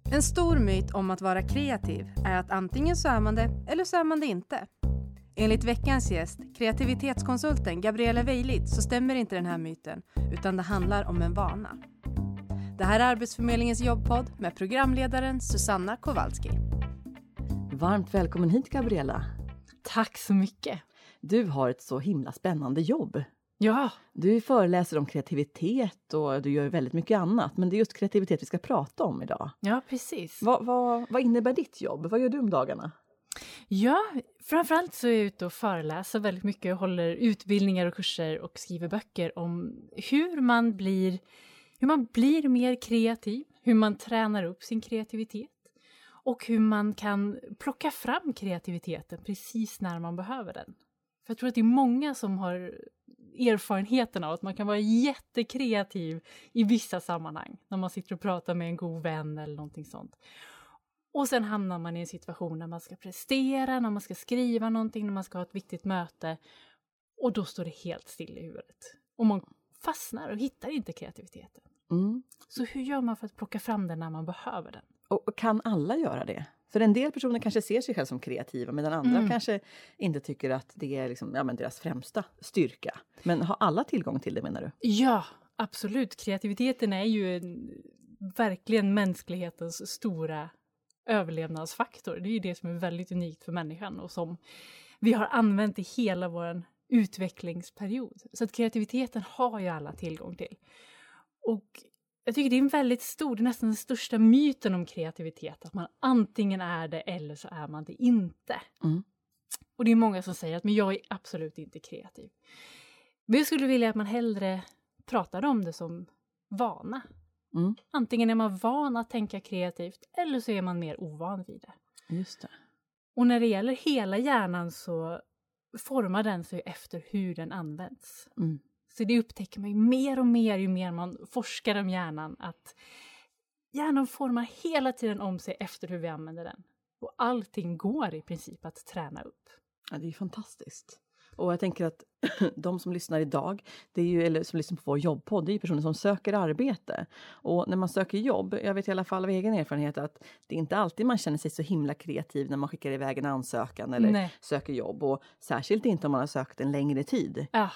En stor myt om att vara kreativ är att antingen så är man det eller så är man det inte. Enligt veckans gäst, kreativitetskonsulten Gabriella Weilit, så stämmer inte den här myten, utan det handlar om en vana. Det här är Arbetsförmedlingens jobbpodd med programledaren Susanna Kowalski. Varmt välkommen hit, Gabriella. Tack så mycket. Du har ett så himla spännande jobb. Ja. Du föreläser om kreativitet och du gör väldigt mycket annat. Men det är just kreativitet vi ska prata om idag. Ja, precis. Vad innebär ditt jobb? Vad gör du om dagarna? Ja, framförallt så är jag ute och föreläser väldigt mycket. Jag håller utbildningar och kurser och skriver böcker om hur man blir mer kreativ. Hur man tränar upp sin kreativitet. Och hur man kan plocka fram kreativiteten precis när man behöver den. För jag tror att det är många som har erfarenheten av att man kan vara jättekreativ i vissa sammanhang. När man sitter och pratar med en god vän eller någonting sånt. Och sen hamnar man i en situation när man ska prestera, när man ska skriva någonting, när man ska ha ett viktigt möte. Och då står det helt still i huvudet. Och man fastnar och hittar inte kreativiteten. Mm. Så hur gör man för att plocka fram den när man behöver den? Och kan alla göra det? För en del personer kanske ser sig själv som kreativa, medan andra kanske inte tycker att det är liksom, deras främsta styrka. Men har alla tillgång till det, menar du? Ja, absolut. Kreativiteten är ju verkligen mänsklighetens stora överlevnadsfaktor. Det är ju det som är väldigt unikt för människan och som vi har använt i hela vår utvecklingsperiod. Så att kreativiteten har ju alla tillgång till. Och jag tycker det är en väldigt stor, det är nästan den största myten om kreativitet. Att man antingen är det eller så är man det inte. Mm. Och det är många som säger att men jag är absolut inte kreativ. Men jag skulle vilja att man hellre pratar om det som vana. Mm. Antingen är man van att tänka kreativt eller så är man mer ovan vid det. Just det. Och när det gäller hela hjärnan så formar den sig efter hur den används. Mm. Så det upptäcker man ju mer och mer ju mer man forskar om hjärnan. Att hjärnan formar hela tiden om sig efter hur vi använder den. Och allting går i princip att träna upp. Ja, det är fantastiskt. Och jag tänker att de som lyssnar idag, det är ju, eller som lyssnar på vår jobbpodd, det är ju personer som söker arbete. Och när man söker jobb, jag vet i alla fall av egen erfarenhet att det är inte alltid man känner sig så himla kreativ när man skickar iväg en ansökan eller söker jobb. Och särskilt inte om man har sökt en längre tid. Ja.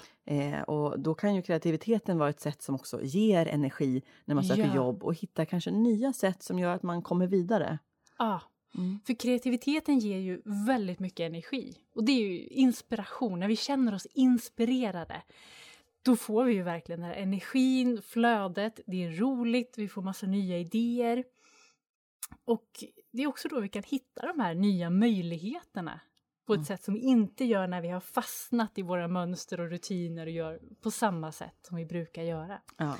Och då kan ju kreativiteten vara ett sätt som också ger energi när man söker jobb och hittar kanske nya sätt som gör att man kommer vidare. Ja. Mm. För kreativiteten ger ju väldigt mycket energi. Och det är ju inspiration. När vi känner oss inspirerade, då får vi ju verkligen den här energin, flödet. Det är roligt, vi får massa nya idéer. Och det är också då vi kan hitta de här nya möjligheterna. På ett sätt som vi inte gör när vi har fastnat i våra mönster och rutiner och gör på samma sätt som vi brukar göra. Ja.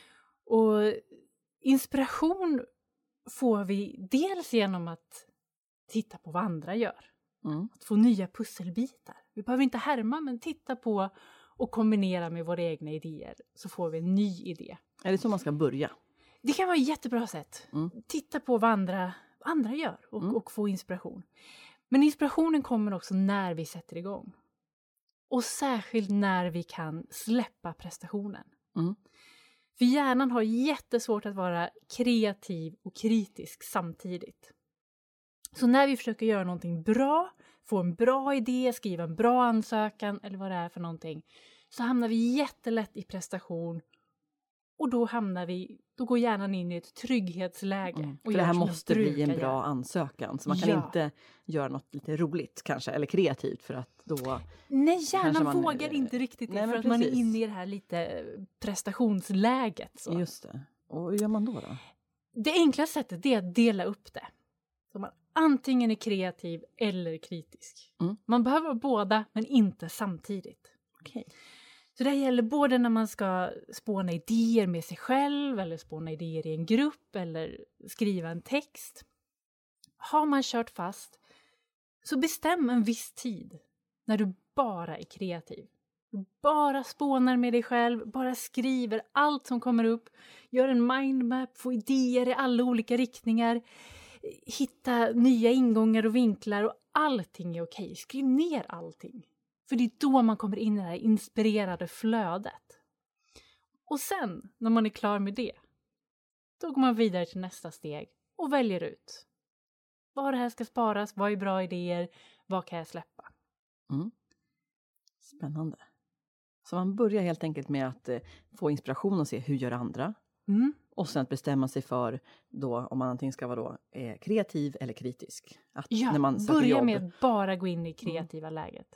Och inspiration får vi dels genom att titta på vad andra gör. Mm. Att få nya pusselbitar. Vi behöver inte härma, men titta på och kombinera med våra egna idéer. Så får vi en ny idé. Är det så man ska börja? Det kan vara ett jättebra sätt. Mm. Titta på vad andra gör och få inspiration. Men inspirationen kommer också när vi sätter igång. Och särskilt när vi kan släppa prestationen. Mm. För hjärnan har jättesvårt att vara kreativ och kritisk samtidigt. Så när vi försöker göra någonting bra, få en bra idé, skriva en bra ansökan eller vad det är för någonting, så hamnar vi jättelätt i prestation. Och då går hjärnan in i ett trygghetsläge. Mm. För det här måste bli en bra ansökan. Så man kan inte göra något lite roligt kanske, eller kreativt för att då... Nej, hjärnan vågar inte riktigt det för att man är inne i det här lite prestationsläget. Så. Just det. Och hur gör man då? Det enkla sättet är att dela upp det. Så man antingen är kreativ eller kritisk. Mm. Man behöver båda, men inte samtidigt. Okej. Så det gäller både när man ska spåna idéer med sig själv eller spåna idéer i en grupp eller skriva en text. Har man kört fast, så bestäm en viss tid när du bara är kreativ. Du bara spånar med dig själv, bara skriver allt som kommer upp. Gör en mindmap, få idéer i alla olika riktningar. Hitta nya ingångar och vinklar och allting är okej. Skriv ner allting. För det är då man kommer in i det här inspirerade flödet. Och sen, när man är klar med det, då går man vidare till nästa steg och väljer ut. Vad det här ska sparas, vad är bra idéer, vad kan jag släppa? Spännande. Så man börjar helt enkelt med att få inspiration och se hur gör andra. Och sen att bestämma sig för då, om man antingen ska vara då, kreativ eller kritisk. Att när man börja med att bara gå in i kreativa läget.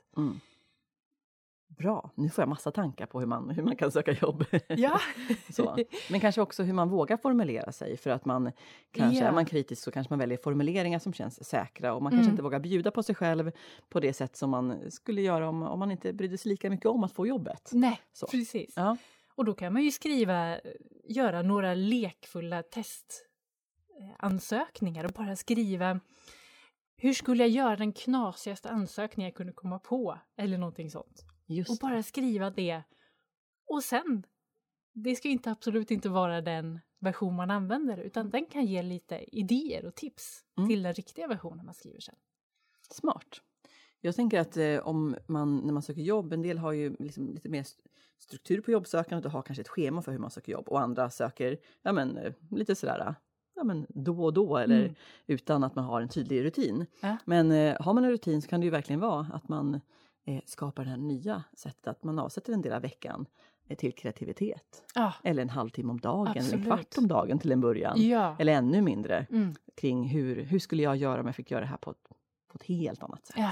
Bra, nu får jag massa tankar på hur man kan söka jobb. Ja. Så. Men kanske också hur man vågar formulera sig. För att man kanske, är man kritisk så kanske man väljer formuleringar som känns säkra. Och man kanske inte vågar bjuda på sig själv på det sätt som man skulle göra om man inte brydde sig lika mycket om att få jobbet. Nej, så. Precis. Ja. Och då kan man ju göra några lekfulla testansökningar och bara skriva hur skulle jag göra den knasigaste ansökningen jag kunde komma på eller någonting sånt. Just och bara skriva det. Och sen, det ska ju absolut inte vara den version man använder utan den kan ge lite idéer och tips till den riktiga versionen man skriver sen. Smart. Jag tänker att när man söker jobb, en del har ju liksom lite mer struktur på jobbsökandet och har kanske ett schema för hur man söker jobb. Och andra söker lite sådär då och då eller utan att man har en tydlig rutin. Men har man en rutin så kan det ju verkligen vara att man skapar det här nya sättet att man avsätter en del av veckan till kreativitet. Eller en halvtimme om dagen. Absolut. Eller en kvart om dagen till en början. Eller ännu mindre kring hur skulle jag göra om jag fick göra det här på ett helt annat sätt.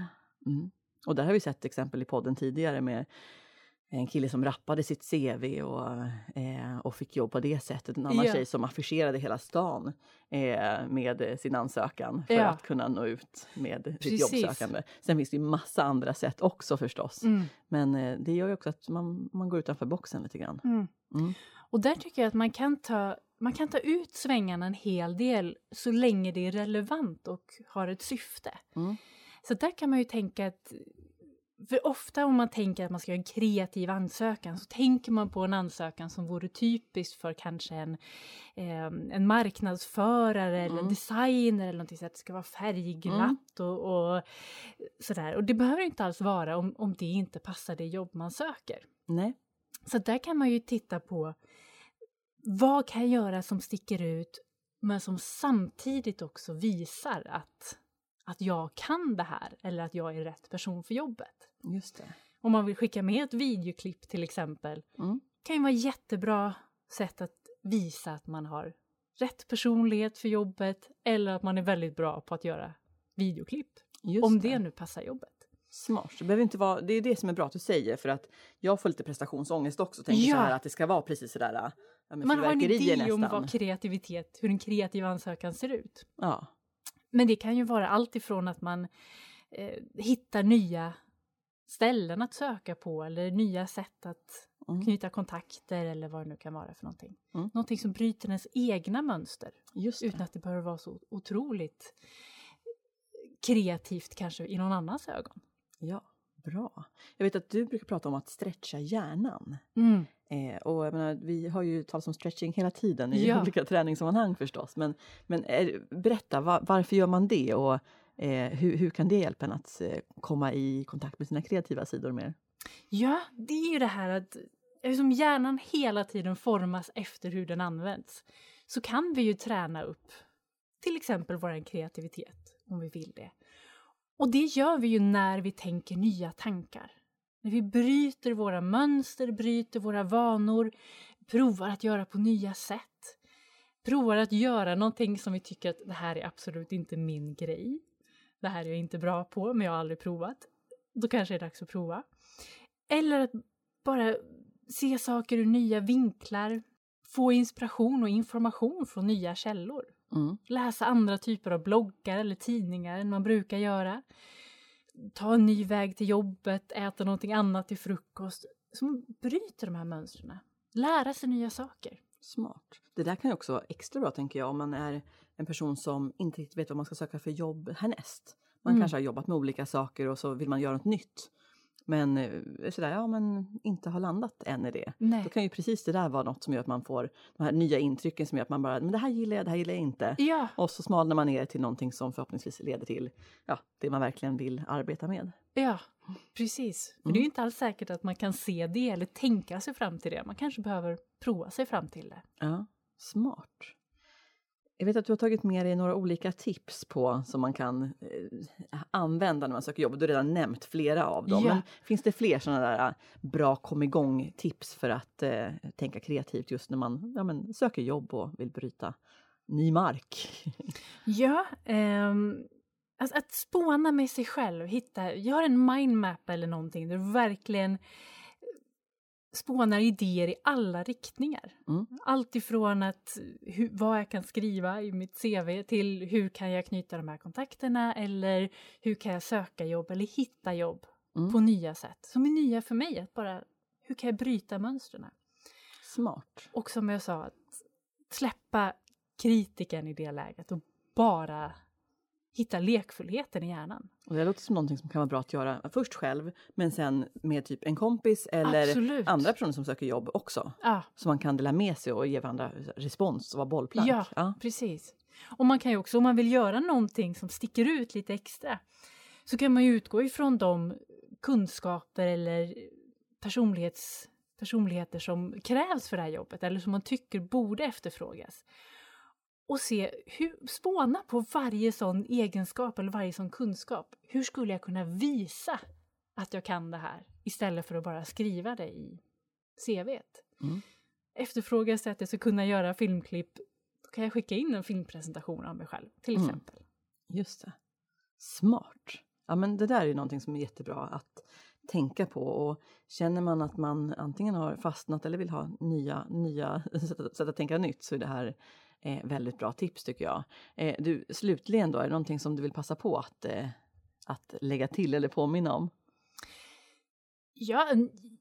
Och där har vi sett exempel i podden tidigare med en kille som rappade sitt CV och fick jobb på det sättet. En annan tjej som affischerade hela stan med sin ansökan för att kunna nå ut med sitt jobbsökande. Sen finns det ju massa andra sätt också förstås. Men det gör ju också att man går utanför boxen lite grann. Och där tycker jag att man kan ta ut svängarna en hel del så länge det är relevant och har ett syfte. Så där kan man ju tänka att, för ofta om man tänker att man ska göra en kreativ ansökan så tänker man på en ansökan som vore typiskt för kanske en marknadsförare eller en designer eller någonting så att det ska vara färgglatt och sådär. Och det behöver inte alls vara om det inte passar det jobb man söker. Nej. Så där kan man ju titta på vad kan jag göra som sticker ut men som samtidigt också visar att jag kan det här eller att jag är rätt person för jobbet. Just det. Om man vill skicka med ett videoklipp till exempel kan ju vara ett jättebra sätt att visa att man har rätt personlighet för jobbet eller att man är väldigt bra på att göra videoklipp. Om det nu passar jobbet. Smart. Det behöver inte vara, det är det som är bra att du säger för att jag får lite prestationsångest också. Tänker så här att det ska vara precis sådär. Man har en idé om hur en kreativ ansökan ser ut. Ja. Men det kan ju vara allt ifrån att man hittar nya ställen att söka på eller nya sätt att knyta kontakter eller vad det nu kan vara för någonting. Någonting som bryter ens egna mönster. Utan att det behöver vara så otroligt kreativt kanske i någon annans ögon. Ja, bra. Jag vet att du brukar prata om att stretcha hjärnan. Och jag menar, vi har ju talat om stretching hela tiden i olika träningssammanhang förstås. Men berätta, varför gör man det och hur kan det hjälpa en att komma i kontakt med sina kreativa sidor mer? Ja, det är ju det här att eftersom hjärnan hela tiden formas efter hur den används så kan vi ju träna upp till exempel vår kreativitet om vi vill det. Och det gör vi ju när vi tänker nya tankar. När vi bryter våra mönster, bryter våra vanor, provar att göra på nya sätt. Provar att göra någonting som vi tycker att det här är absolut inte min grej. Det här är jag inte bra på men jag har aldrig provat. Då kanske det är dags att prova. Eller att bara se saker ur nya vinklar. Få inspiration och information från nya källor. Läsa andra typer av bloggar eller tidningar än man brukar göra. Ta en ny väg till jobbet, äta någonting annat till frukost. Som bryter de här mönstren. Lära sig nya saker. Smart. Det där kan ju också vara extra bra tänker jag om man är en person som inte riktigt vet vad man ska söka för jobb härnäst. Man kanske har jobbat med olika saker och så vill man göra något nytt. Men men inte har landat än i det. Nej. Då kan ju precis det där vara något som gör att man får de här nya intrycken som gör att man bara, men det här gillar jag inte. Ja. Och så smalnar man ner till någonting som förhoppningsvis leder till det man verkligen vill arbeta med. Ja, precis. För det är ju inte alls säkert att man kan se det eller tänka sig fram till det. Man kanske behöver prova sig fram till det. Ja, smart. Jag vet att du har tagit med dig några olika tips på som man kan använda när man söker jobb. Du har redan nämnt flera av dem. Ja. Men finns det fler sådana där bra kom igång tips för att tänka kreativt just när man söker jobb och vill bryta ny mark? Ja, att spåna med sig själv. Gör en mindmap eller någonting där du verkligen spånar idéer i alla riktningar. Allt ifrån vad jag kan skriva i mitt CV till hur kan jag knyta de här kontakterna eller hur kan jag söka jobb eller hitta jobb på nya sätt. Som är nya för mig, att bara hur kan jag bryta mönstren? Smart. Och som jag sa, att släppa kritiken i det läget och bara hitta lekfullheten i hjärnan. Och det låter som någonting som kan vara bra att göra först själv, men sen med typ en kompis eller Absolut. andra personer som söker jobb också. Ja. Så man kan dela med sig och ge varandra respons och vara bollplank. Ja, precis. Och man kan ju också, om man vill göra någonting som sticker ut lite extra, så kan man ju utgå ifrån de kunskaper eller personligheter som krävs för det här jobbet eller som man tycker borde efterfrågas. Och spåna på varje sån egenskap eller varje sån kunskap. Hur skulle jag kunna visa att jag kan det här istället för att bara skriva det i CV:t? Efterfrågas det att jag ska kunna göra filmklipp, då kan jag skicka in en filmpresentation av mig själv till exempel. Just det. Smart. Ja, men det där är ju någonting som är jättebra att tänka på, och känner man att man antingen har fastnat eller vill ha nya sätt att tänka nytt, så är det här väldigt bra tips tycker jag. Du, slutligen då, är det någonting som du vill passa på att lägga till eller påminna om? Ja,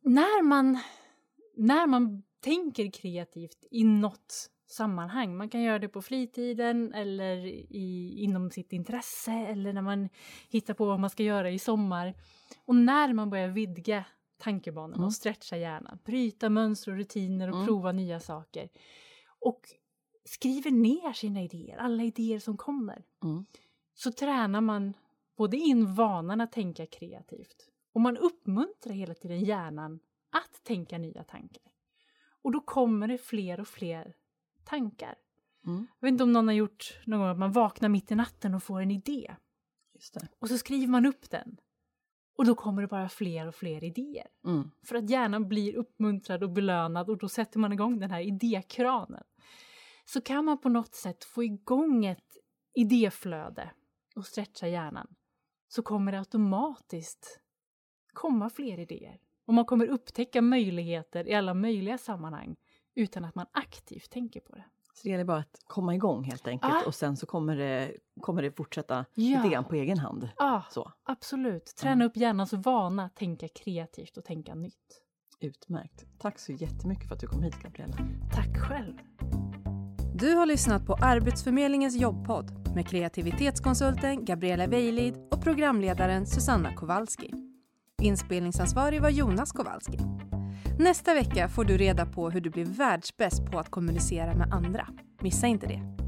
när man tänker kreativt i något sammanhang. Man kan göra det på fritiden eller inom sitt intresse eller när man hittar på vad man ska göra i sommar. Och när man börjar vidga tankebanorna och stretcha hjärnan, bryta mönster och rutiner och prova nya saker. Och skriver ner sina idéer, alla idéer som kommer. Så tränar man både in vanan att tänka kreativt. Och man uppmuntrar hela tiden hjärnan att tänka nya tankar. Och då kommer det fler och fler tankar. Jag vet inte om någon har gjort någon gång att man vaknar mitt i natten och får en idé. Just det. Och så skriver man upp den. Och då kommer det bara fler och fler idéer. För att hjärnan blir uppmuntrad och belönad och då sätter man igång den här idékranen. Så kan man på något sätt få igång ett idéflöde och stretcha hjärnan, så kommer det automatiskt komma fler idéer. Och man kommer upptäcka möjligheter i alla möjliga sammanhang utan att man aktivt tänker på det. Så det gäller bara att komma igång helt enkelt, och sen så kommer det fortsätta idén på egen hand. Ja, så. Absolut. Träna upp hjärnans vana att tänka kreativt och tänka nytt. Utmärkt. Tack så jättemycket för att du kom hit, Gabriella. Tack själv. Du har lyssnat på Arbetsförmedlingens jobbpodd med kreativitetskonsulten Gabriella Weilid och programledaren Susanna Kowalski. Inspelningsansvarig var Jonas Kowalski. Nästa vecka får du reda på hur du blir världsbäst på att kommunicera med andra. Missa inte det.